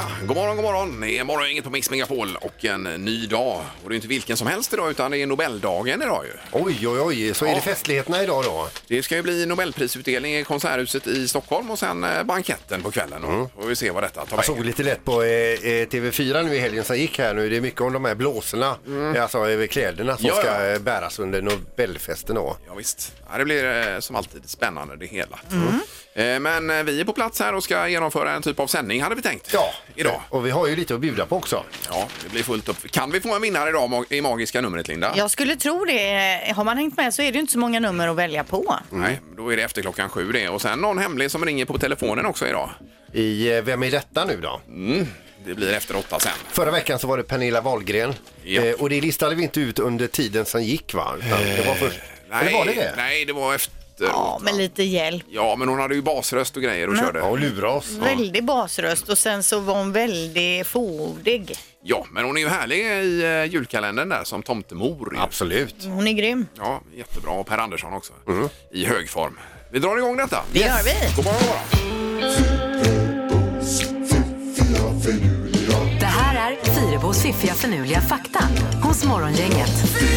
God morgon. Det är morgon på Mix Megapol och en ny dag. Och det är inte vilken som helst idag utan det är Nobeldagen idag ju. Oj, så är det festligheterna idag då? Det ska ju bli Nobelprisutdelning i Konserthuset i Stockholm och sen banketten på kvällen. Och vi ser vad detta tar Jag såg lite lätt på TV4 nu i helgen som gick här nu. Det är mycket om de här blåsorna, alltså över kläderna som ska bäras under Nobelfesten då. Ja visst, det blir som alltid spännande det hela. Men vi är på plats här och ska genomföra en typ av sändning hade vi tänkt. Ja, idag. Och vi har ju lite att bjuda på också. Ja, det blir fullt upp. Kan vi få en vinnare idag i magiska numret, Linda? Jag skulle tro det. Har man hängt med så är det inte så många nummer att välja på. Nej, då är det efter 7:00 det. Och sen någon hemlig som ringer på telefonen också idag. Vem är detta nu då? Det blir efter 8 sen. Förra veckan så var det Pernilla Wahlgren. Ja. Och det listade vi inte ut under tiden som gick, va? Det var först. Eller var det? Nej, det var efter. Ja, med lite hjälp. Ja, men hon hade ju basröst och grejer och körde. Ja, och luras. Väldigt basröst och sen så var hon väldigt fåordig. Ja, men hon är ju härlig i julkalendern där som tomtemor. Ju. Absolut. Hon är grym. Ja, jättebra. Och Per Andersson också. I hög form. Vi drar igång detta. Det gör vi. God morgon. Det här är Fyrebos fiffiga förnuliga fakta hos Morgongänget.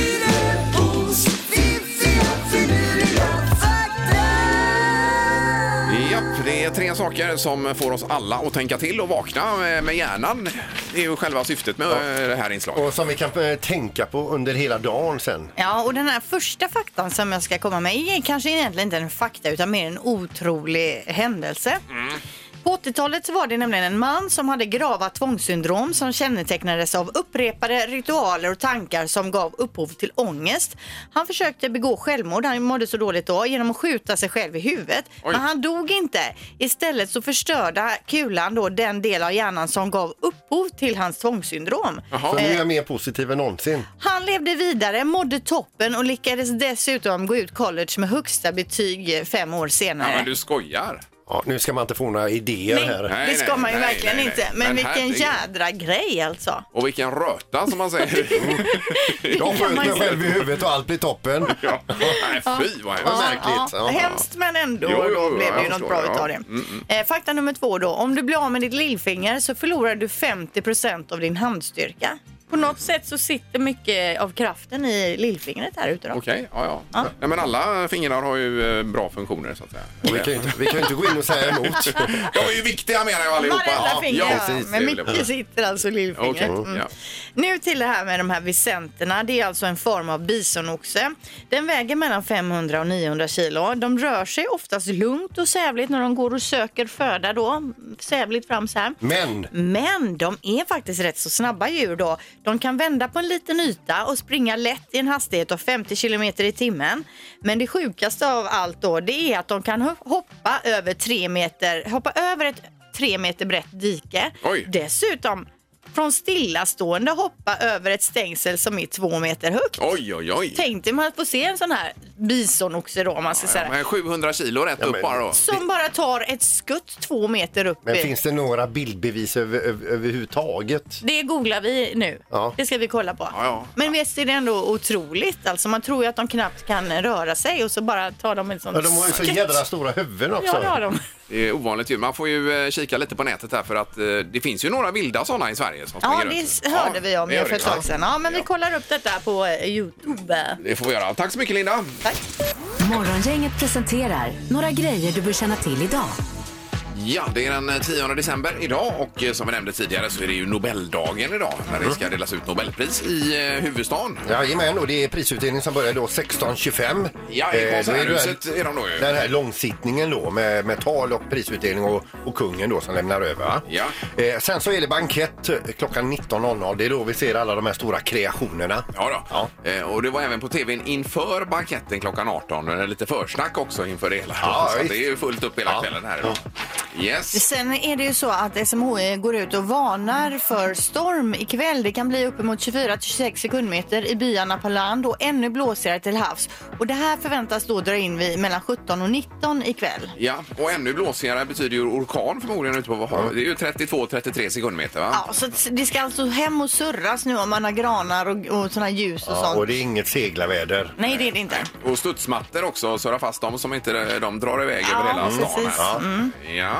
Ja, det är 3 saker som får oss alla att tänka till och vakna med hjärnan. Det är ju själva syftet med det här inslaget. Och som vi kan tänka på under hela dagen sen. Ja, och den här första faktan som jag ska komma med är kanske egentligen inte en fakta utan mer en otrolig händelse. På 80-talet så var det nämligen en man som hade grava tvångssyndrom som kännetecknades av upprepade ritualer och tankar som gav upphov till ångest. Han försökte begå självmord, han mådde så dåligt då, genom att skjuta sig själv i huvudet. Oj. Men han dog inte. Istället så förstörde kulan då den del av hjärnan som gav upphov till hans tvångssyndrom. Jaha. Så nu är jag mer positiv än någonsin. Han levde vidare, mådde toppen och lyckades dessutom gå ut college med högsta betyg 5 år senare. Ja, men du skojar. Ja, nu ska man inte få några idéer här. Nej, det ska man ju verkligen inte. Men vilken herregud. jädra grej alltså. Och vilken röta som man säger. Jag sköt mig själv i huvudet och allt blir toppen. Ja. Nej, fy vad hemskt. Märkligt. Ja. Hemskt men ändå, Jo, då blev det ju jag något bra förstår, utav det. Fakta nummer 2 då. Om du blir av med ditt lillfinger så förlorar du 50% av din handstyrka. På något sätt så sitter mycket av kraften i lillfingret här ute då. Okej, ja. Nej, men alla fingrar har ju bra funktioner så att säga. Och vi kan ju inte gå in och säga emot. De är ju viktiga menar jag allihopa. Varenda finger, ja, precis, men det vill jag mycket på. sitter alltså i lillfingret. Okej, ja. Nu till det här med de här vicenterna. Det är alltså en form av bisonoxe. Den väger mellan 500 och 900 kilo. De rör sig oftast lugnt och sävligt när de går och söker föda då. Sävligt fram så här. Men de är faktiskt rätt så snabba djur då. De kan vända på en liten yta och springa lätt i en hastighet av 50 kilometer i timmen. Men det sjukaste av allt då, det är att de kan hoppa över ett 3 meter brett dike. Oj. Dessutom från stillastående hoppa över ett stängsel som är 2 meter högt. Oj. Tänkte man att få se en sån här bisonoxe då, om man ska säga. Men 700 kilo rätt upp bara då. Som bara tar ett skutt 2 meter upp. Men finns det några bildbevis överhuvudtaget? Det googlar vi nu. Ja. Det ska vi kolla på. Ja. Men visst är det ändå otroligt. Alltså man tror ju att de knappt kan röra sig och så bara tar de en sån Ja, de har ju så jädra stora huvuden också. Ja, det har de. Det är ovanligt ju. Man får ju kika lite på nätet här för att det finns ju några vilda sådana i Sverige som Ja, springer runt. det hörde vi om det gör för ett tag sedan. Ja, men vi kollar upp detta på YouTube. Det får vi göra. Tack så mycket Linda. Tack. Morgongänget presenterar några grejer du bör känna till idag. Ja, det är den 10 december idag och som vi nämnde tidigare så är det ju Nobeldagen idag när det ska delas ut Nobelpris i huvudstaden. Jajamän, och det är prisutdelning som börjar då 16.25. Ja, i konserthuset är de då ju. Den här långsittningen då med tal och prisutdelning och kungen då som lämnar över. Va? Ja. Sen så är det bankett klockan 19.00. Det är då vi ser alla de här stora kreationerna. Ja då. Och det var även på tvn inför banketten klockan 18. Lite försnack också inför det hela. Ja, så visst. det är ju fullt upp hela kvällen här idag. Yes. Sen är det ju så att SMHI går ut och varnar för storm ikväll. Det kan bli uppemot 24-26 sekundmeter i byarna på land och ännu blåsigare till havs. Och det här förväntas då dra in vid mellan 17 och 19 ikväll. Ja, och ännu blåsigare betyder ju orkan förmodligen ute på havet. Det är ju 32-33 sekundmeter va? Ja, så det ska alltså hem och surras nu om man har granar och sådana ljus och sånt. Och det är inget seglarväder. Nej, det är det inte. Och studsmattor också, surra fast dem som inte de drar iväg över hela stan. precis. Här. Ja.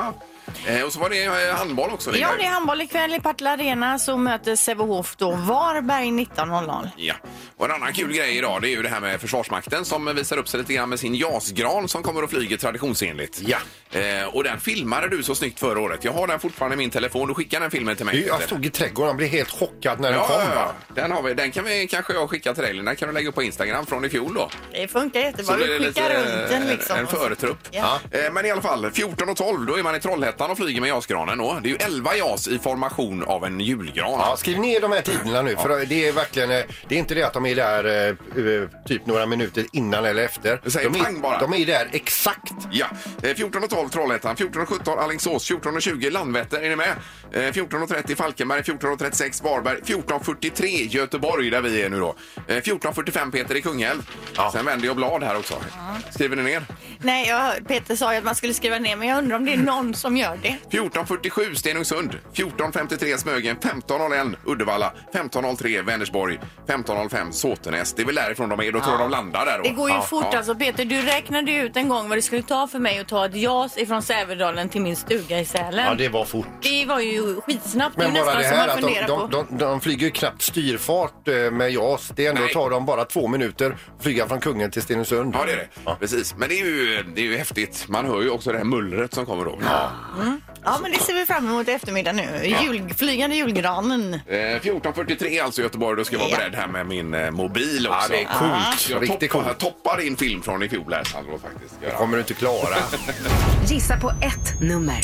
Och så var det handboll också. Ja, det är handboll ikväll i Partille Arena, så möter Sävehof då Varberg 19.00. Ja, och en annan kul grej idag, det är ju det här med Försvarsmakten som visar upp sig lite grann med sin JAS-gran som kommer att flyga traditionsenligt. Ja. Och den filmade du så snyggt förra året. Jag har den fortfarande i min telefon. Du skickade den filmen till mig. Jag stod i trädgården och blev helt chockad när den kom. Ja. Den har vi. Den kan vi kanske jag skicka till dig. Den kan du lägga upp på Instagram från i fjol då. Det funkar jättebra. Så Du skickar runt den liksom. En förtrupp. Ja. Men i alla fall, 14:12 då är man i Trollhättan och flyger med JAS-granen då. Det är ju 11 JAS i formation av en julgran. Ja, skriv ner de här tiderna nu, för det är verkligen, det är inte det att de är där typ några minuter innan eller efter. De är där exakt. Ja, 14:12 Trollhättan, 14:17 Alingsås, 14:20 Landvetter, är ni med? 14:30 Falkenberg, 14:36 Varberg, 14:43 Göteborg där vi är nu då. 14:45 Peter i Kungälv. Ja. Sen vänder jag blad här också. Skriver ni ner? Nej, Peter sa ju att man skulle skriva ner, men jag undrar om det är någon som gör det. 14:47 Stenungsund, 14:53 Smögen, 15:01 Uddevalla, 15:03 Vänersborg, 15:05 Såtenäs. Det är väl därifrån de är, då tror jag de landar där då. Det går ju fort alltså, Peter. Du räknade ut en gång vad det skulle ta för mig att ta ett JAS ifrån Sävedalen till min stuga i Sälen. Ja, det var fort. Det var ju skitsnabbt. Men det är bara nästan det här som man funderar att de flyger ju knappt styrfart med JAS. Det ändå tar de bara 2 minuter att flyga från Kungen till Stenungsund. Ja, det är det. Ja. Precis. Men det är ju häftigt. Man hör ju också det här mullret som kommer då. Ja. Ja, men det ser vi fram emot i eftermiddag nu. Flygande julgranen. 14:43 alltså Göteborg. Då ska jag vara beredd här med min mobil också. Ja, det är coolt. Riktigt coolt. Jag toppar din film från i fjol här, Sandro, faktiskt. Det kommer du inte klara. Gissa på ett nummer.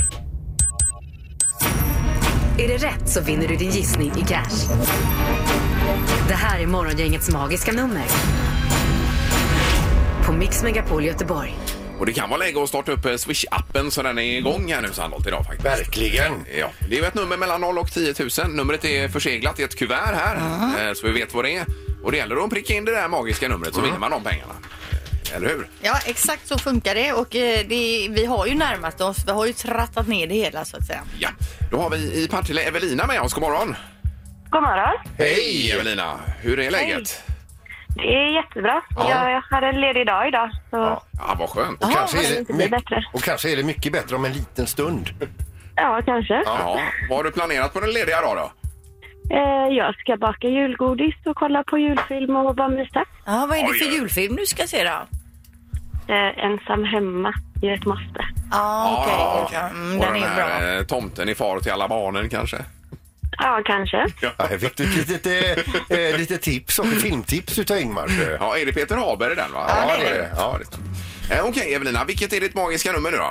Är det rätt så vinner du din gissning i cash. Det här är Morgongängets magiska nummer. På Mix Megapol Göteborg. Och det kan vara läge att starta upp Swish-appen så den är igång här nu, Sandholt, idag faktiskt. Verkligen. Ja, det är ju ett nummer mellan 0 och 10 000. Numret är förseglat i ett kuvert här, så vi vet vad det är. Och det gäller att pricka in det där magiska numret så vinner man de pengarna. Eller hur? Ja, exakt så funkar det. Och vi har ju närmat oss. Vi har ju trattat ner det hela så att säga. Ja, då har vi i Partille Evelina med oss. God morgon. God morgon. Hej Evelina, hur är läget? Hej. Det är jättebra. Ja. Jag hade en ledig dag idag. Så... Ja, vad skönt. Och, och kanske är det mycket bättre om en liten stund. Ja, kanske. Ja. Vad har du planerat på den lediga dag då? Jag ska baka julgodis och kolla på julfilm och bara mysa. Ja, vad är det för julfilm du ska se då? Ensam hemma i ett måste. Ja, okej. Den är bra. Tomten är far till alla barnen kanske? Ja, kanske. Ja, jag fick lite tips och filmtips utav Ingmar. Ja, är det Peter Haber i den va? Ja, det är det. Ja. Okej, Evelina, vilket är ditt magiska nummer nu då?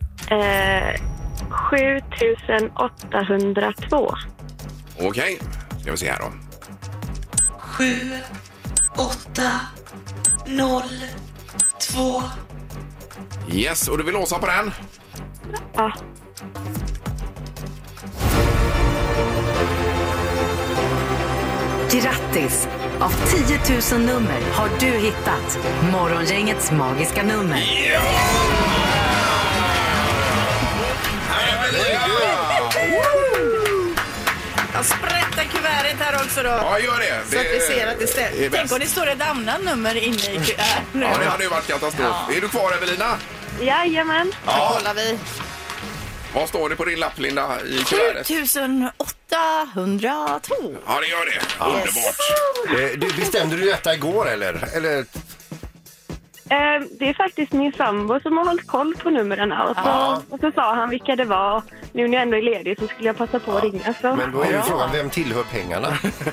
7802. Okej, ska vi se här då. 7, 8, 0, 2. Yes, och du vill låsa på den? Ja. Grattis! Av 10 000 nummer har du hittat Morgongängets magiska nummer. Ja! Jag sprättar kuvertet här också då. Ja, gör det. Så att vi ser att det stämmer. Tänk om det står ett annat nummer inne i kuvertet. Ja, det hade ju varit katastrof. Ja. Är du kvar, Evelina? Jajamän. Ja. Kollar vi. Vad står det på din lapp, Linda, i kuvertet? 7802. Ja, det gör det. Underbart. Du bestämde du detta igår, eller? Det är faktiskt min sambo som har hållit koll på numren. Och så sa han vilka det var. Nu när jag ändå är ledig så skulle jag passa på att ringa. Så. Men då är ju frågan, vem tillhör pengarna?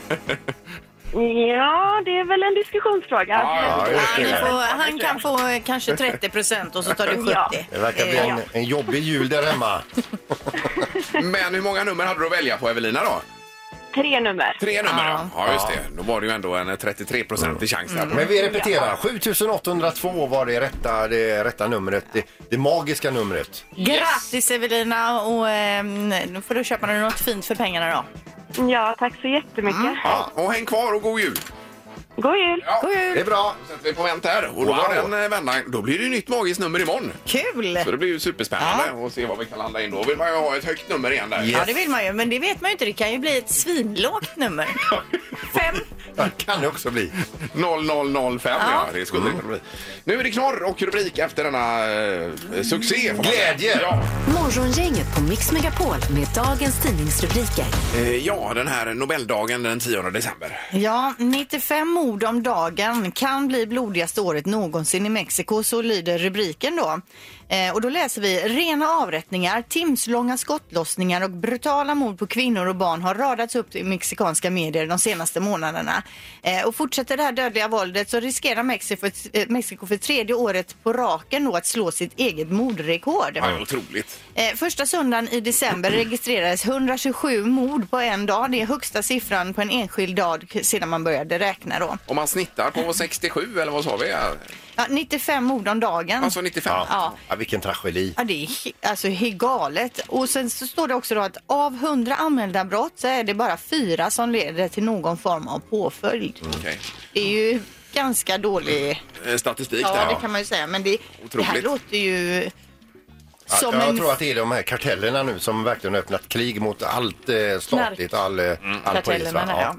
Ja, det är väl en diskussionsfråga. Han kan få kanske 30% och så tar du 70%. Ja. Det verkar bli en jobbig jul där hemma. Men hur många nummer hade du att välja på, Evelina, då? 3 nummer. 3 nummer, ja just det. Då var det ju ändå en 33% i chans där. Men vi repeterar, 7802 var det rätta numret, det magiska numret. Grattis Evelina, och nu får du köpa något fint för pengarna då. Ja, tack så jättemycket. Ja, och häng kvar och god jul. God jul. Ja, God jul. Det är bra. Då sätter vi på vänt här. Och då var den vändan. Då blir det ju nytt magiskt nummer imorgon. Kul! Så det blir ju superspännande att se vad vi kan landa in. Då vill man ju ha ett högt nummer igen där. Ja, det vill man ju. Men det vet man ju inte. Det kan ju bli ett svinlågt nummer. Kan det också bli. 0005, ja. Det skulle det kunna bli. Nu är det knorr och rubrik efter denna succé. Glädje! Ja. Morgongänget på Mix Megapol med dagens tidningsrubriker. Ja, den här Nobeldagen den 10 december. Ja, 95 mord om dagen kan bli blodigaste året någonsin i Mexiko, så lyder rubriken då. Och då läser vi: rena avrättningar, timslånga skottlossningar och brutala mord på kvinnor och barn har radats upp i mexikanska medier de senaste månaderna. Och fortsätter det här dödliga våldet så riskerar Mexiko för tredje året på raken då att slå sitt eget mordrekord. Ja, otroligt. Första söndagen i december registrerades 127 mord på en dag. Det är högsta siffran på en enskild dag sedan man började räkna då. Om man snittar på 67 eller vad sa vi? Ja, 95 mord om dagen. Alltså 95? Ja. Ja, vilken tragedi. Ja, det är alltså helt galet. Och sen så står det också då att av 100 anmälda brott så är det bara 4 som leder till någon form av påföljd. Okay. Det är ju ganska dålig statistik ja, där. Ja, det kan man ju säga. Men det här låter ju... Ja, jag tror att det är de här kartellerna nu som verkligen har öppnat krig mot allt statligt och all polis.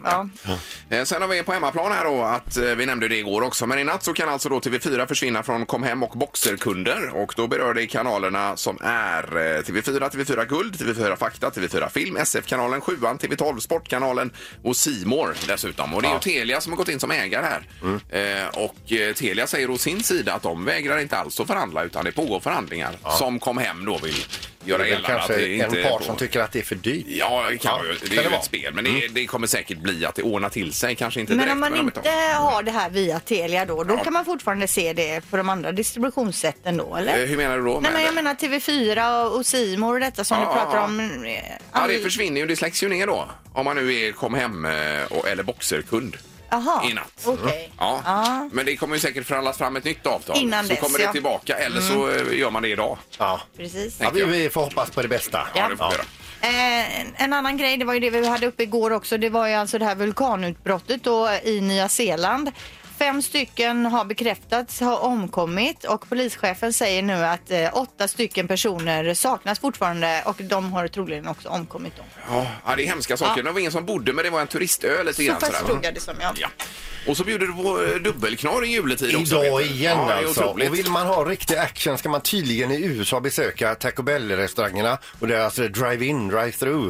Ja. Sen har vi på hemmaplan här då att vi nämnde det igår också, men i natt så kan alltså då TV4 försvinna från Kom hem och Boxerkunder, och då berör det kanalerna som är TV4, TV4 Guld, TV4 Fakta, TV4 Film, SF-kanalen 7an, TV12, Sportkanalen och C More dessutom. Och det är ju Telia som har gått in som ägare här. Och Telia säger å sin sida att de vägrar inte alls att förhandla, utan det pågår förhandlingar som Kom hem då vill göra gällande kanske att det inte en part som tycker att det är för dyrt. Ja, det är ju ett spel, men det kommer säkert bli att det ordnar till sig, kanske inte direkt. Men om man inte har det här via Telia då kan man fortfarande se det på de andra distributionssätten då, eller? Hur menar du då? Nej, men jag menar TV4 och C More och detta som du pratar om. Ja, det försvinner ju, det släcks ju ner då. Om man nu är Kom hem eller Boxerkund. Aha, i natt. Okay. Ja. Men det kommer ju säkert förhandlas fram ett nytt avtal. Innan så dess, kommer det tillbaka, eller så gör man det idag. Ja, precis. Ja, vi får hoppas på det bästa. Ja, det får vi göra. En annan grej, det var ju det vi hade uppe igår också, det var ju alltså det här vulkanutbrottet då i Nya Zeeland. 5 stycken har bekräftats ha omkommit, och polischefen säger nu att 8 stycken personer saknas fortfarande, och de har troligen också omkommit då. Ja, det är hemska saker. Det var ingen som bodde, men det var en turistö lite grann. Så förstod jag det som, ja. Och så bjuder du på dubbelknorr i juletid också. Idag igen alltså. Otroligt. Och vill man ha riktig action ska man tydligen i USA besöka Taco Bell-restaurangerna. Och det är alltså drive-in, drive-through.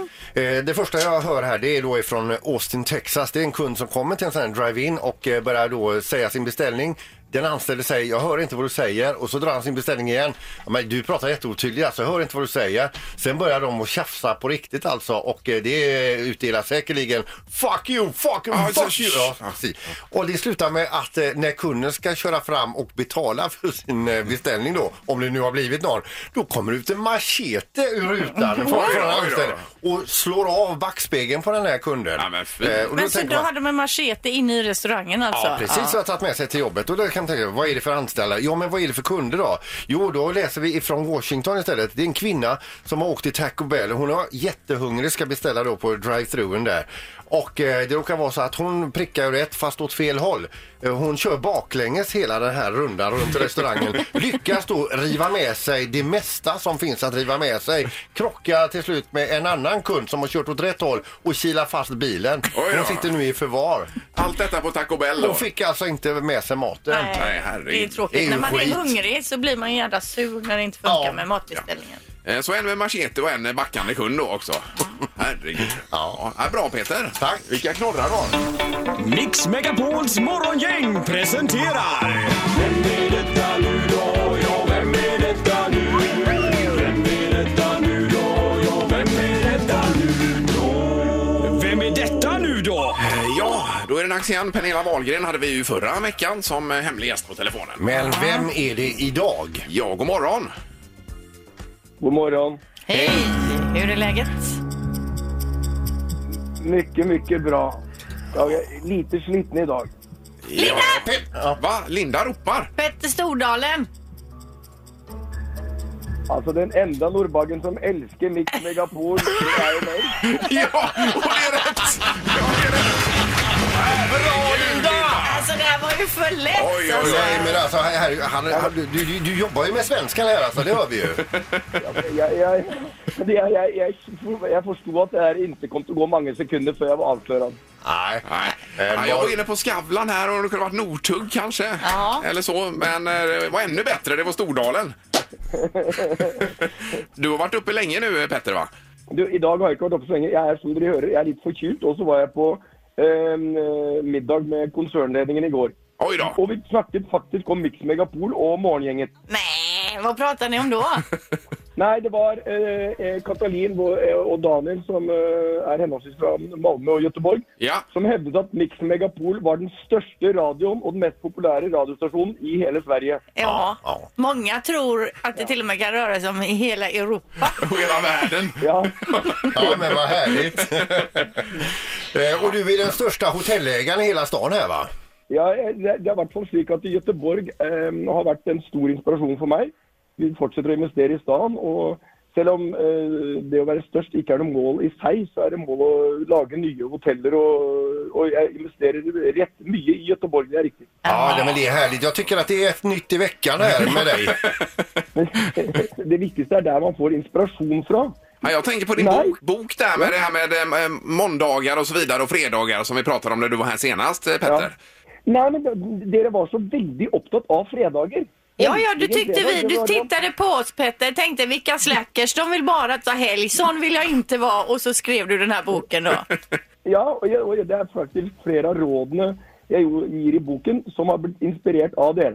Det första jag hör här, det är då ifrån Austin, Texas. Det är en kund som kommer till en sån här drive-in och börjar då säga sin beställning. Den anställde säger, jag hör inte vad du säger, och så drar han sin beställning igen. Ja, men du pratar jätteotydligt, alltså jag hör inte vad du säger. Sen börjar de att tjafsa på riktigt alltså, och det utdelar säkerligen fuck you, fuck you, fuck you. Ja, och det slutar med att när kunden ska köra fram och betala för sin beställning då, om det nu har blivit någon, då kommer ut en machete ur rutan från anställd och slår av backspegeln på den här kunden. Ja, men så då hade de en machete inne i restaurangen alltså? Ja, precis, så jag har tagit med sig till jobbet, och då kan man tänka, vad är det för anställda? Ja, men vad är det för kunder då? Jo, då läser vi ifrån Washington istället. Det är en kvinna som har åkt till Taco Bell. Hon är jättehungrig, ska beställa då på drive-thruen där. Och det råkar vara så att hon prickar rätt fast åt fel håll. Hon kör baklänges hela den här rundan runt restaurangen. Lyckas då riva med sig det mesta som finns att riva med sig. Krockar till slut med en annan kund som har kört åt rätt håll och kilar fast bilen. Hon sitter nu i förvar. Allt detta på Taco Bell då? Hon fick alltså inte med sig maten. Nej, herregud. Det är tråkigt. När man är hungrig så blir man jävla sur när det inte funkar med matbeställningen. Så en med machete och en backande kund då också. Herregud. Ja, bra Peter. Tack. Vilka knorrar då? Mix Megapols morgongäng presenterar... Vem är detta nu då? Ja, vem är detta nu? Vem är detta nu då? Ja, vem är detta nu då? Vem är detta nu då? Ja, då är det dags igen. Pernilla Wahlgren hade vi ju förra veckan som hemlig gäst på telefonen. Men vem är det idag? Ja, god morgon. God morgon. Hej, hur är läget? Mycket, mycket bra. Jag är lite sliten idag. Ja. Va? Linda ropar. Petter Stordalen. Alltså den enda norrbaggen som älskar Mix Megapol, det är mig. Ja, och det är rätt. Ja, det är rätt. Bra, Linda! Alltså det här var ju för lätt. Oj, oj, oj. Nej, men alltså, du jobbar ju med svenskan här alltså, det hör vi ju. Jag förstod att det här inte kom att gå många sekunder för jag var avslöjad. Nej. Ja, jag var inne på Skavlan här och det kunde varit Nordtugg kanske. Ja. Eller så, men det var ännu bättre, det var Stordalen. Du har varit uppe länge nu, Petter, va? Du, idag har jag inte varit uppe så länge. Jag är som ni hör, jag är lite förkyld och så var jag på middag med koncernledningen igår. Oj då. Och vi snackade faktiskt om Mix Megapol och morgongänget. Nej, vad pratar ni om då? Nej, det var Katalin och Daniel som är händelsevis från Malmö och Göteborg. Ja. Som hävdade att Mix Megapol var den största radion och den mest populära radiostationen i hela Sverige. Ja, många tror att det till och med kan röra sig om i hela Europa. Och hela världen. Ja. Ja, men vad härligt. Och du är den största hotellägaren i hela stan här, va? Ja, det har varit så slik att Göteborg har varit en stor inspiration för mig. Vi fortsätter att investera i stan och selv om det att vara störst inte är något mål i sig så är det mål att laga nya hoteller och jag investerar rätt mycket i Göteborg, det är riktigt. Ja, men det är härligt. Jag tycker att det är ett nytt i veckan här med dig. Det viktigaste är där man får inspiration från. Ja, jag tänker på din bok där med det här med måndagar och så vidare och fredagar som vi pratade om när du var här senast, Petter. Ja. Nej, men det var så väldigt upptatt av fredagar. Ja, du tittade på oss, Petter, tänkte vilka släckers, de vill bara ta helg, sån vill jag inte vara, och så skrev du den här boken då. Ja, och det är faktiskt flera rådene jag ger i boken som har blivit inspirerat av det.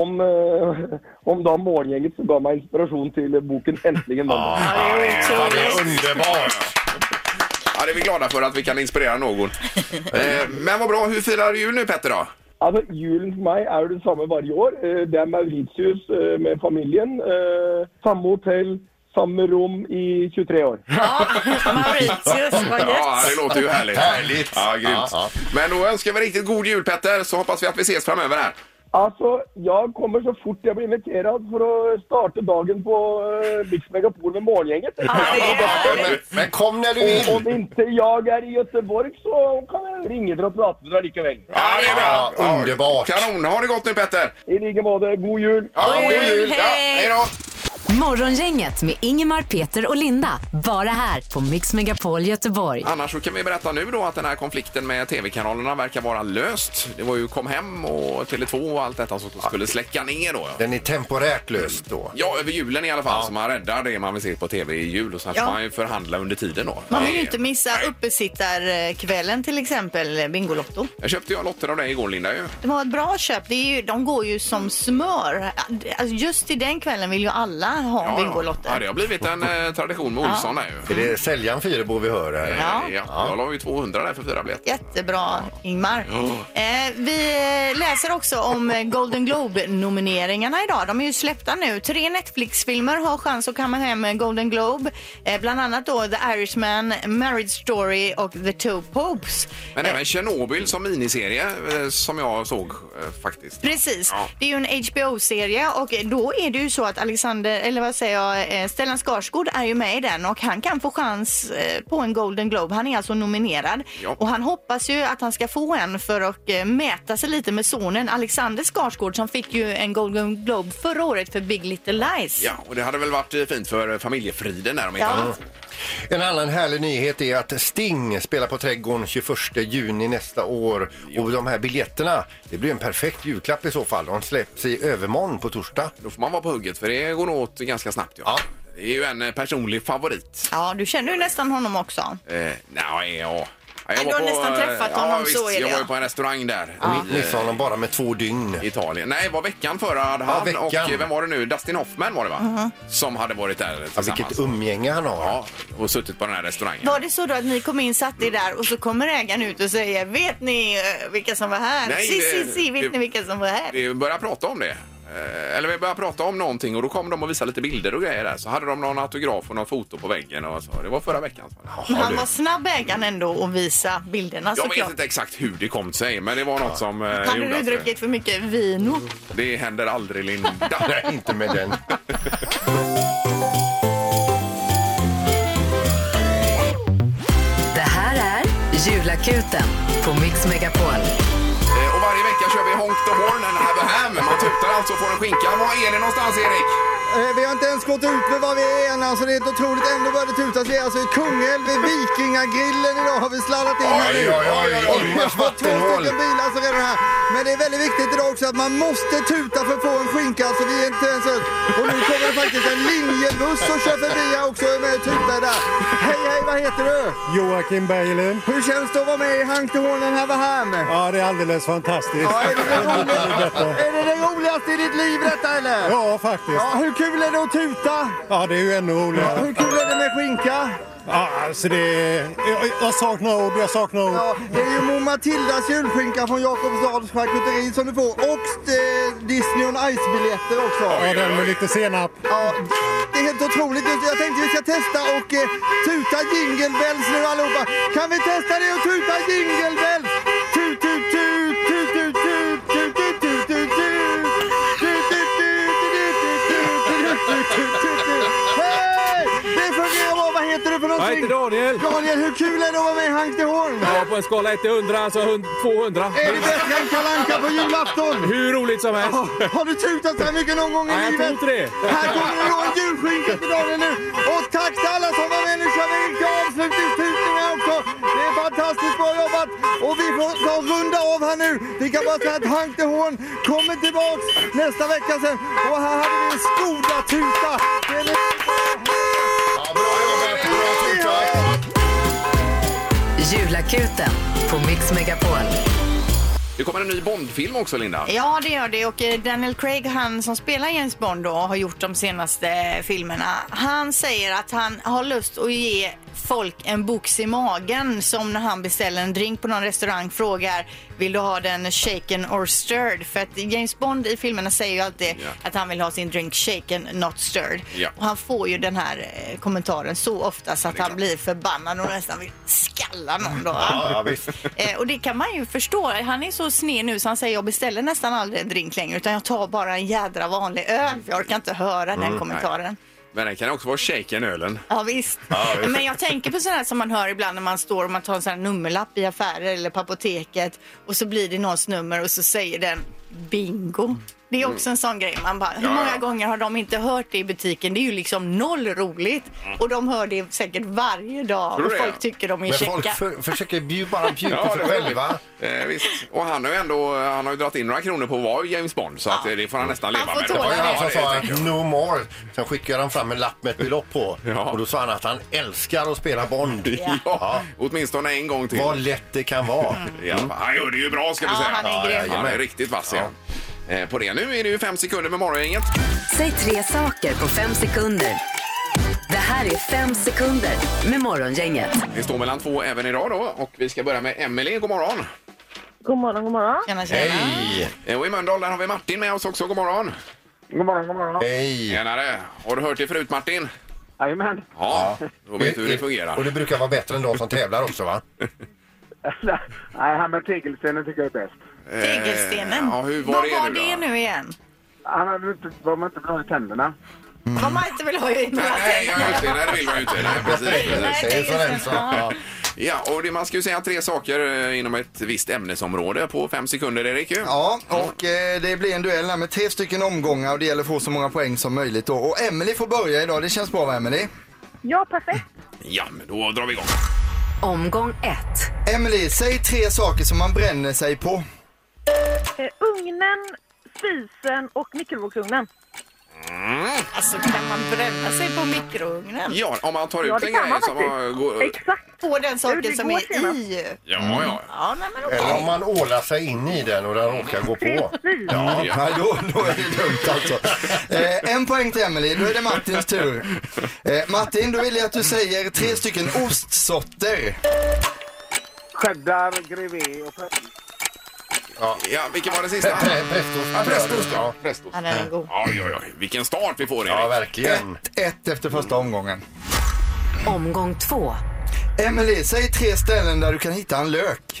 Om då morgongänget så gav mig inspiration till boken Äntligen måndag. Ja, det är underbart. Ja, det är vi glada för att vi kan inspirera någon. Men vad bra, hur firar du jul nu, Petter, då? Alltså, julen för mig är det samma varje år. Det är Mauritius med familjen. Samma hotell, samma rum i 23 år. Ja, Mauritius, vad gött. Ja, det låter ju härligt. Härligt. Ja, grymt. Ja. Men då önskar vi riktigt god jul, Petter, så hoppas vi att vi ses framöver här. Alltså, jag kommer så fort jag blir inviterad för att starta dagen på Mix Megapol med morgongänget. Men kom när du vill. Om inte jag är i Göteborg så kan jag ringa för att prata med dig lika väl. Ja, det är bra. Ja, underbart. Kanon, ha det gott nu, Petter. I lika måte, god jul. Ja, god jul. Ja, hej då. Morgongänget med Ingemar, Peter och Linda. Bara här på Mix Megapol Göteborg. Annars så kan vi berätta nu då att den här konflikten med tv-kanalerna verkar vara löst. Det var ju Kom hem och Tele2 och allt detta som skulle släcka ner då. Den är temporärt löst då. Ja, över julen i alla fall, så man räddar det man vill se på tv i jul och sen får man ju förhandla under tiden då. Man vill ju inte missa uppesittarkvällen till exempel, Bingolotto. Jag köpte ju lotter av dig igår, Linda. Ju. Det var ett bra köp, de går ju som smör. Alltså, just till den kvällen vill ju alla ha en Bingolotter. Ja, det har blivit en tradition med Olsson där ju. Är det Säljan Fyrebo vi hör här? Ja, jag la ju 200 där för 4 biljetter. Jättebra, Ingmar. Vi läser också om Golden Globe-nomineringarna idag. De är ju släppta nu. 3 Netflix-filmer har chans att kamma hem Golden Globe. Bland annat då The Irishman, Marriage Story och The Two Popes. Men även Chernobyl som miniserie som jag såg faktiskt. Precis. Det är ju en HBO-serie och då är det ju så att Stellan Skarsgård är ju med i den och han kan få chans på en Golden Globe. Han är alltså nominerad och han hoppas ju att han ska få en för att mäta sig lite med sonen Alexander Skarsgård som fick ju en Golden Globe förra året för Big Little Lies. Ja, och det hade väl varit fint för familjefriden där om inte annat. En annan härlig nyhet är att Sting spelar på Trädgården 21 juni nästa år. Och de här biljetterna, det blir en perfekt julklapp i så fall. De släpps i övermorgon på torsdag. Då får man vara på hugget för det går nog åt ganska snabbt. Ja. Det är ju en personlig favorit. Ja, du känner ju nästan honom också. Jag har nästan träffat honom, visst, så är det. Jag var ju på en restaurang där. Missade honom bara med 2 dygn. Italien. Nej, var veckan förra hade han och vem var det nu? Dustin Hoffman var det va? Som hade varit där tillsammans. Vilket umgänge han har. Ja, och suttit på den här restaurangen. Var det så då att ni kom in, satt er där och så kommer ägaren ut och säger vet ni vilka som var här? Nej, vet ni vilka som var här? Vi började prata om det. Eller vi började prata om någonting och då kom de och visade lite bilder och grejer där. Så hade de någon autograf och någon foto på väggen och så. Det var förra veckan. Men han var snabb ägaren ändå att visa bilderna. Jag vet inte exakt hur det kom sig, men det var något som hade du druckit för mycket vino? Det händer aldrig, Linda. Nej, inte med den. Det här är Julakuten på Mix Megapol. Och varje vecka kör vi Honk the Horn and Have a Ham. Man tutar alltså och får en skinka. Var är ni någonstans, Erik? Vi har inte ens gått ut med vad vi är än, alltså det är ett otroligt, ändå började tutas. Vi är alltså i Kungälv, vid Vikingagrillen idag har vi sladdat in här nu. Och vi har fått 2 stycken bilar alltså redan här. Men det är väldigt viktigt idag också att man måste tuta för att få en skinka, alltså vi är inte ens ut. Och nu kommer det faktiskt en linjebuss och kör förbi här också och är med och tutar där. Hej, vad heter du? Joakim Berglund. Hur känns det att vara med i Honk the Horn and Have a Ham? Ja, det är alldeles fantastiskt. Ja, är det roligaste i ditt liv detta eller? Ja, faktiskt. Ja, hur kul är det att tuta? Ja, det är ju ännu roligare. Hur kul är det med skinka? Ja, alltså det är... Jag saknar ord. Ja, det är ju Mor Matildas julskinka från Jakobsdals charkuteri som du får. Och Disney on Ice-biljetter också. Ja, den med lite senap. Ja, det är helt otroligt. Jag tänkte vi ska testa och tuta Jingle Bells nu allihopa. Kan vi testa det och tuta Jingle Bells? Tut, tut, tut, tut, tut, tut, tut, tut, tut, tut, tut. Hej! Det fungerar bra. Vad heter du för någonting? Jag heter Daniel. Daniel, hur kul är det att vara med i Honk the Horn? Ja, på en skala 1-100, alltså 200. Är det bättre än Kalle Anka på julafton? Hur roligt som helst. Har du tutat så här mycket någon gång i livet? Nej, jag tror inte det. Här kommer det då en julskinka till Daniel nu. Och tack till alla som var med. Nu kör vi riktiga avslutningstutningar också. Det är fantastiskt bra jobbat. Och vi får ta och runda av här nu. Vi kan bara säga att Honk the Horn kommer tillbaks nästa vecka sen. Och här hade vi en Skoda-tuta. Julakuten på Mix Megapol. Det kommer en ny Bond-film också, Linda. Ja, det gör det. Och Daniel Craig, han som spelar James Bond då, har gjort de senaste filmerna. Han säger att han har lust att ge folk en box i magen, som när han beställer en drink på någon restaurang frågar: vill du ha den shaken or stirred? För att James Bond i filmerna säger ju alltid att han vill ha sin drink shaken, not stirred. Och han får ju den här kommentaren så ofta så att han blir förbannad och nästan vill skalla någon då. Ja, visst. Och det kan man ju förstå. Han är så sned nu så han säger: jag beställer nästan aldrig en drink längre, utan jag tar bara en jädra vanlig öl. För jag orkar inte höra den kommentaren. Men det kan också vara shaken ölen. Ja, visst. Men jag tänker på sådär som man hör ibland när man står och man tar en sån här nummerlapp i affärer eller på apoteket och så blir det någons nummer och så säger den bingo. Det är också en sån grej. Man bara, hur många gånger har de inte hört det i butiken? Det är ju liksom noll roligt. Och de hör det säkert varje dag. Och folk tycker de är checka. Men folk försöker bara bjuda på sig själva. Visst. Och han har ju dragit in några kronor på att vara James Bond. Så att det får han nästan leva med. Det var ju han som sa no more. Sen skickade han fram en lapp med ett belopp på. Och då sa han att han älskar att spela Bond. Ja, åtminstone en gång till. Vad lätt det kan vara. Han gör det ju bra, ska vi säga. Han är grym. Han är riktigt vass, på det. Nu är det ju 5 sekunder med morgongänget. Säg 3 saker på 5 sekunder. Det här är 5 sekunder med morgongänget. Det står mellan 2 även idag då. Och vi ska börja med Emelie. God morgon. God morgon, god morgon. Tjena, tjena. Hej. Och i Mölndal där har vi Martin med oss också. God morgon. God morgon, god morgon. Hej. Tjenare. Har du hört det förut, Martin? Jajamän. Ja, då vet du hur det fungerar. Och det brukar vara bättre än de som tävlar också, va? Nej, han med tegelstenen tycker jag är bäst. Tegelstenen? Ja, hur var Vad det var nu då? det nu igen? Han hade inte, vad man inte vill ha i tänderna. Vad man inte vill ha i några Nej, just det. Nej, det vill man ju inte. Nej, precis. Nej, Det är så ja. Ja, och man ska ju säga 3 saker inom ett visst ämnesområde på 5 sekunder, Erik. Ja, och det blir en duell här med 3 stycken omgångar och det gäller att få så många poäng som möjligt då. Och Emily får börja idag, det känns bra va, Emily? Ja, perfekt. Ja, men då drar vi igång. Omgång 1. Emily, säg 3 saker som man bränner sig på. Ugnen, spisen och mikrovågsugnen. Alltså, kan man bränna sig på mikrougnen? Ja, om man tar ut Ja, det en kan grej man som faktiskt. Exakt. På den saken som är i? Ja. Ja, nej, men okej. Eller om man ålar sig in i den och den råkar gå på. Ja, då är det dumt alltså. 1 poäng till Emily, då är det Martins tur. Martin, då vill jag att du säger 3 stycken ostsorter. Cheddar, grevé och Ja, vilken var det sista? Prästost. Ja, prästost. Ja, den är god. Oj. Vilken start vi får, Erik. Ja, verkligen. 1 efter första omgången. Omgång 2. Emily, säg 3 ställen där du kan hitta en lök.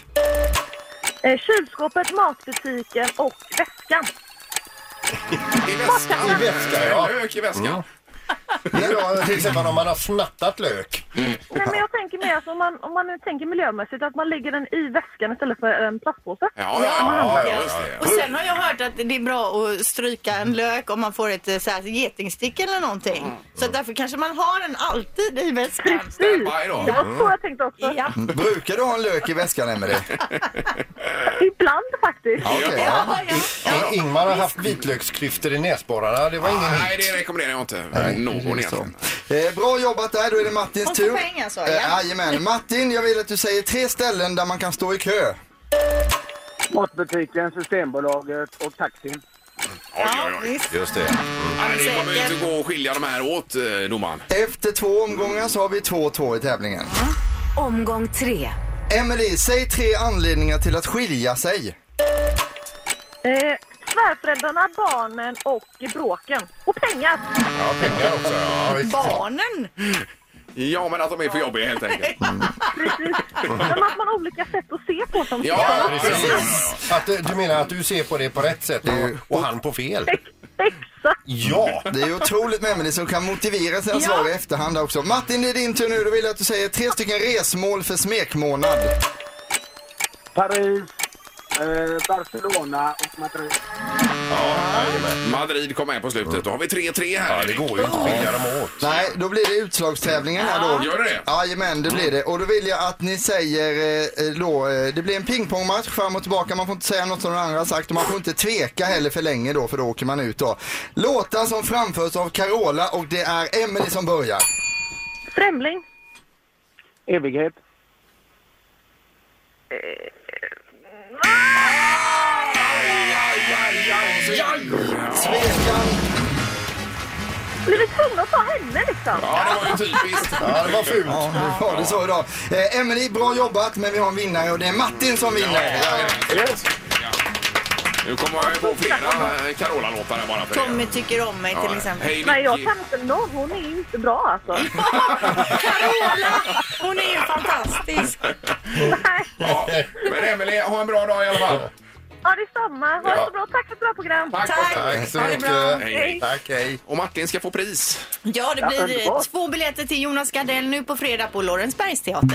Kylskåpet, matbutiken och väskan. I väskan. I väskan, ja. Lök i väskan. Ja, till exempel om man har snattat lök. Nej, men jag tänker mer alltså, om man nu tänker miljömässigt att man lägger den i väskan istället för en plastpåse. Ja, just det. Och sen har jag hört att det är bra att stryka en lök om man får ett så här getingstick eller någonting. Så därför kanske man har den alltid i väskan. Det var så jag tänkte också. Ja. Brukar du ha en lök i väskan, Emelie? Ibland faktiskt. Okej, ja. Ingmar har haft vitlöksklyftor i näsborrarna. Det var ingen Nej, det rekommenderar jag inte. Någon egentligen. Bra jobbat där, då är det Martins tur. Poäng alltså, Jajamän. Martin, jag vill att du säger 3 ställen där man kan stå i kö. Matbutiken, Systembolaget och taxin. Oj. Just det. Det kommer ju inte gå att skilja de här åt, domaren. Efter 2 omgångar så har vi 2-2 i tävlingen. Omgång 3. Emelie, säg 3 anledningar till att skilja sig. Svärföräldrarna, barnen och bråken. Och pengar. Ja, pengar också. Ja, visst. Barnen? Ja, men att de är för jobbiga helt enkelt. Precis. Men att man har olika sätt att se på som Precis. Att, du menar att du ser på det på rätt sätt och han på fel? Exakt. Ja. Det är otroligt med Emelie som kan motivera sina svar i efterhand också. Martin, det är din tur nu. Då vill jag att du säger 3 stycken resmål för smekmånad. Paris, Barcelona och Madrid. Madrid kom med på slutet. Då har vi 3-3 här. Ja, det går ju inte att skilja dem åt. Nej, då blir det utslagstävlingen här då. Gör det? Jajamän, det blir det. Och då vill jag att ni säger det blir en pingpongmatch fram och tillbaka. Man får inte säga något som den andra har sagt och man får inte tveka heller för länge då, för då åker man ut då. Låtar som framförs av Carola och det är Emelie som börjar. Främling. Evighet. Svekan. Blir vi tvungna att ta henne liksom? Ja, det var ju typiskt. Ja, det var fult. Ja, nu var det så idag. Emelie, bra jobbat, men vi har en vinnare och det är Martin som vinner. Yes. Nu kommer jag på flera Carola-låtar här bara för Tommy tycker om mig till exempel. Hej, Nej, jag Nicky. kan inte nå. Hon är inte bra alltså. Carola, hon är ju fantastisk. Ja, men Emelie, ha en bra dag i alla fall. Ja, det är samma. Ha det så bra. Tack för ett bra program. Tack så Ha det mycket. bra. Hej. Tack, hej. Och Martin ska få pris. Ja, det blir 2 biljetter till Jonas Gardell nu på fredag på Lorensbergsteatern.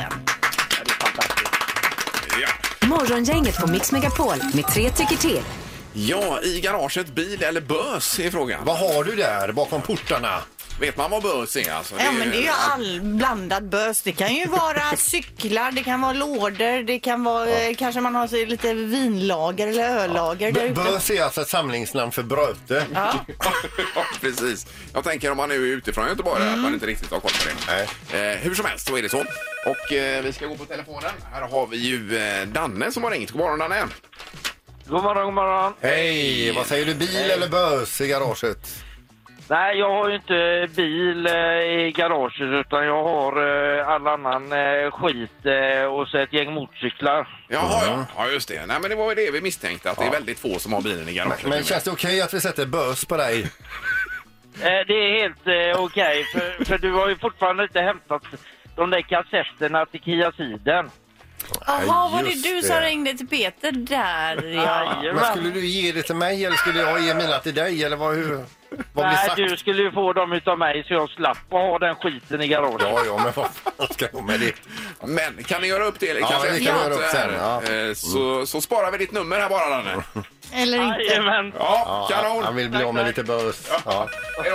Ja. Morgongänget på Mix Megapol med 3 tycker till. Ja, i garaget, bil eller bös är frågan. Vad har du där bakom portarna? Vet man vad bös är alltså? Ja, men det är ju all blandad bös. Det kan ju vara cyklar, det kan vara lådor, det kan vara kanske man har så lite vinlager eller öllager där ute. Bös är alltså ett samlingsnamn för bröte. Ja. Ja, precis. Jag tänker om man är utifrån Göteborg att man inte riktigt har koll på det. Nej. Hur som helst, så är det så. Och vi ska gå på telefonen. Här har vi ju Danne som har ringt. God morgon, Danne. God morgon, god morgon. Hej, vad säger du? Bil eller bös i garaget? Nej, jag har ju inte bil i garaget utan jag har all annan skit och så ett gäng motorcyklar. Jaha, ja, just det. Nej, men det var ju det vi misstänkte, att det är väldigt få som har bilen i garaget. Men känns det okej att vi sätter bös på dig? Det är helt okej, för du har ju fortfarande inte hämtat de där kassetterna till Kia-siden. Jaha, var det just du som det. ringde till Peter där? Ja. Men skulle du ge det till mig eller skulle jag ge mina till dig? Eller vad blir Nej, sagt? du skulle ju få dem utav mig så jag slapp att ha den skiten i garaget. Ja, men vad fan ska jag med det? Men kan ni göra upp det? Eller Ja, kanske det kan vi efteråt göra upp här? sen, Så sparar vi ditt nummer här bara, Danne. Eller inte? Jajamän. Ja, kanon. Han vill bli av med lite bös. Ja. Hej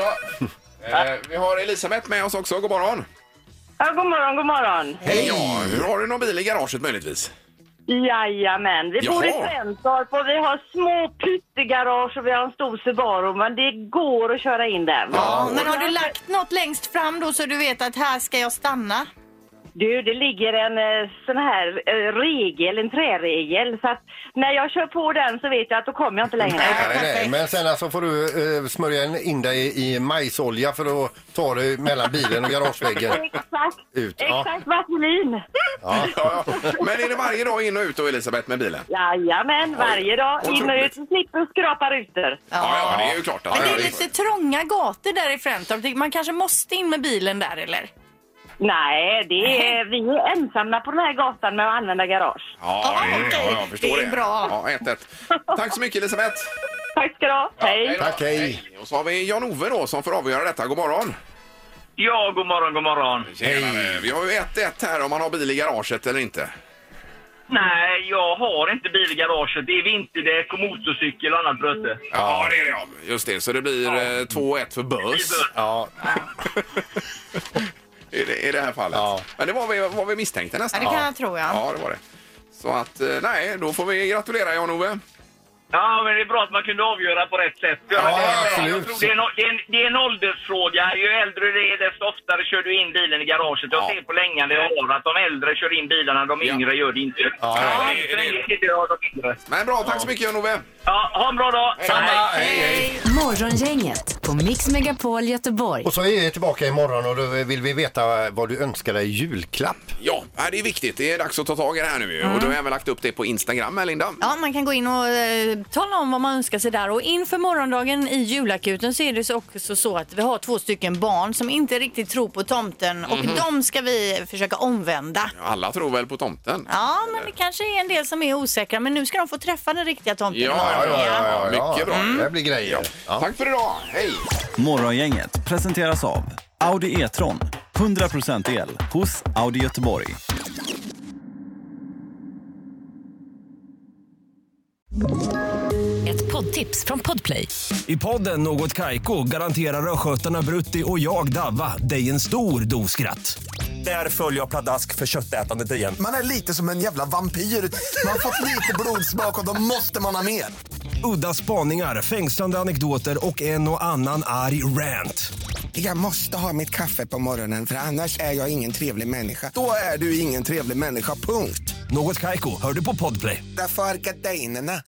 då. Vi har Elisabeth med oss också. God morgon. Ja, god morgon, god morgon. Hej. Ja, hur har du någon bil i garaget möjligtvis? Jajamän, vi bor i Sventorp och vi har små pyttegarage och vi har en stor Subaru, men det går att köra in där. Ja, men har du lagt något längst fram då så du vet att här ska jag stanna? Du, det ligger en sån här regel, en träregel, så att när jag kör på den så vet jag att då kommer jag inte längre. Nej. Men sen alltså får du smörja in dig i majsolja för att ta dig mellan bilen och garageväggen. Exakt, Ut. Ja. exakt, vaselin. Ja. Men är det varje dag in och ut då, Elisabeth, med bilen? Jajamän, varje dag in och ut, slipper skrapa rutor. Ja, det är ju klart. Men det är lite trånga gator där i Fräntorp. Man kanske måste in med bilen där, eller? Nej, vi är ensamma på den här gatan med att använda garage. Ja, jag förstår det är bra. Ja, 1-1. Tack så mycket, Elisabeth. Tack ska du ha. Hej. Tack, hej. Och så har vi Jan-Ove då som får avgöra detta. God morgon. Ja, god morgon, god morgon. Tjenare. Vi har ju 1-1 här om man har bil i garaget eller inte. Nej, jag har inte bil i garaget. Det är vinterdäck och motorcykel och annat bröte. Ja, det är det. Ja. Just det, så det blir 2-1 för börs. Ja. I det här fallet. Ja. Men det var vi misstänkte nästan. Ja, det kan jag tro, ja. Ja, det var det. Så att, nej, då får vi gratulera Jan-Ove. Ja, men det är bra att man kunde avgöra på rätt sätt. Absolut. Jag tror det är en åldersfråga. Ju äldre du är, desto oftare kör du in bilen i garaget. Jag ser på längan det har att de äldre kör in bilarna, de yngre gör det inte. Men bra, tack så mycket Jan-Ove. Ja, ha en bra dag. Hej. Morgongänget på Mix Megapol Göteborg. Och så är vi tillbaka imorgon och då vill vi veta vad du önskar dig i julklapp. Ja, det är viktigt. Det är dags att ta tag i det här nu. Och då har jag även lagt upp det på Instagram, Linda. Ja, man kan gå in och tala om vad man önskar sig där. Och inför morgondagen i julakuten så är det också så att vi har 2 stycken barn som inte riktigt tror på tomten. Och de ska vi försöka omvända. Alla tror väl på tomten. Ja, men det kanske är en del som är osäkra. Men nu ska de få träffa den riktiga tomten. Ja. Mycket bra. Det blir grejer. Ja. Tack för idag. Hej. Morgongänget presenteras av Audi E-tron. 100% el hos Audi Göteborg. Ett poddtips från Podplay. I podden Något Kaiko garanterar östgötarna Brutti och jag Davva dig en stor doskratt. Där följer jag pladask för köttätandet igen. Man är lite som en jävla vampyr. Man har fått lite blodsmak och då måste man ha mer. Udda spaningar, fängslande anekdoter och en och annan arg rant. Jag måste ha mitt kaffe på morgonen för annars är jag ingen trevlig människa. Då är du ingen trevlig människa, punkt. Något Kaiko, hör du på Podplay. Därför är gardinerna.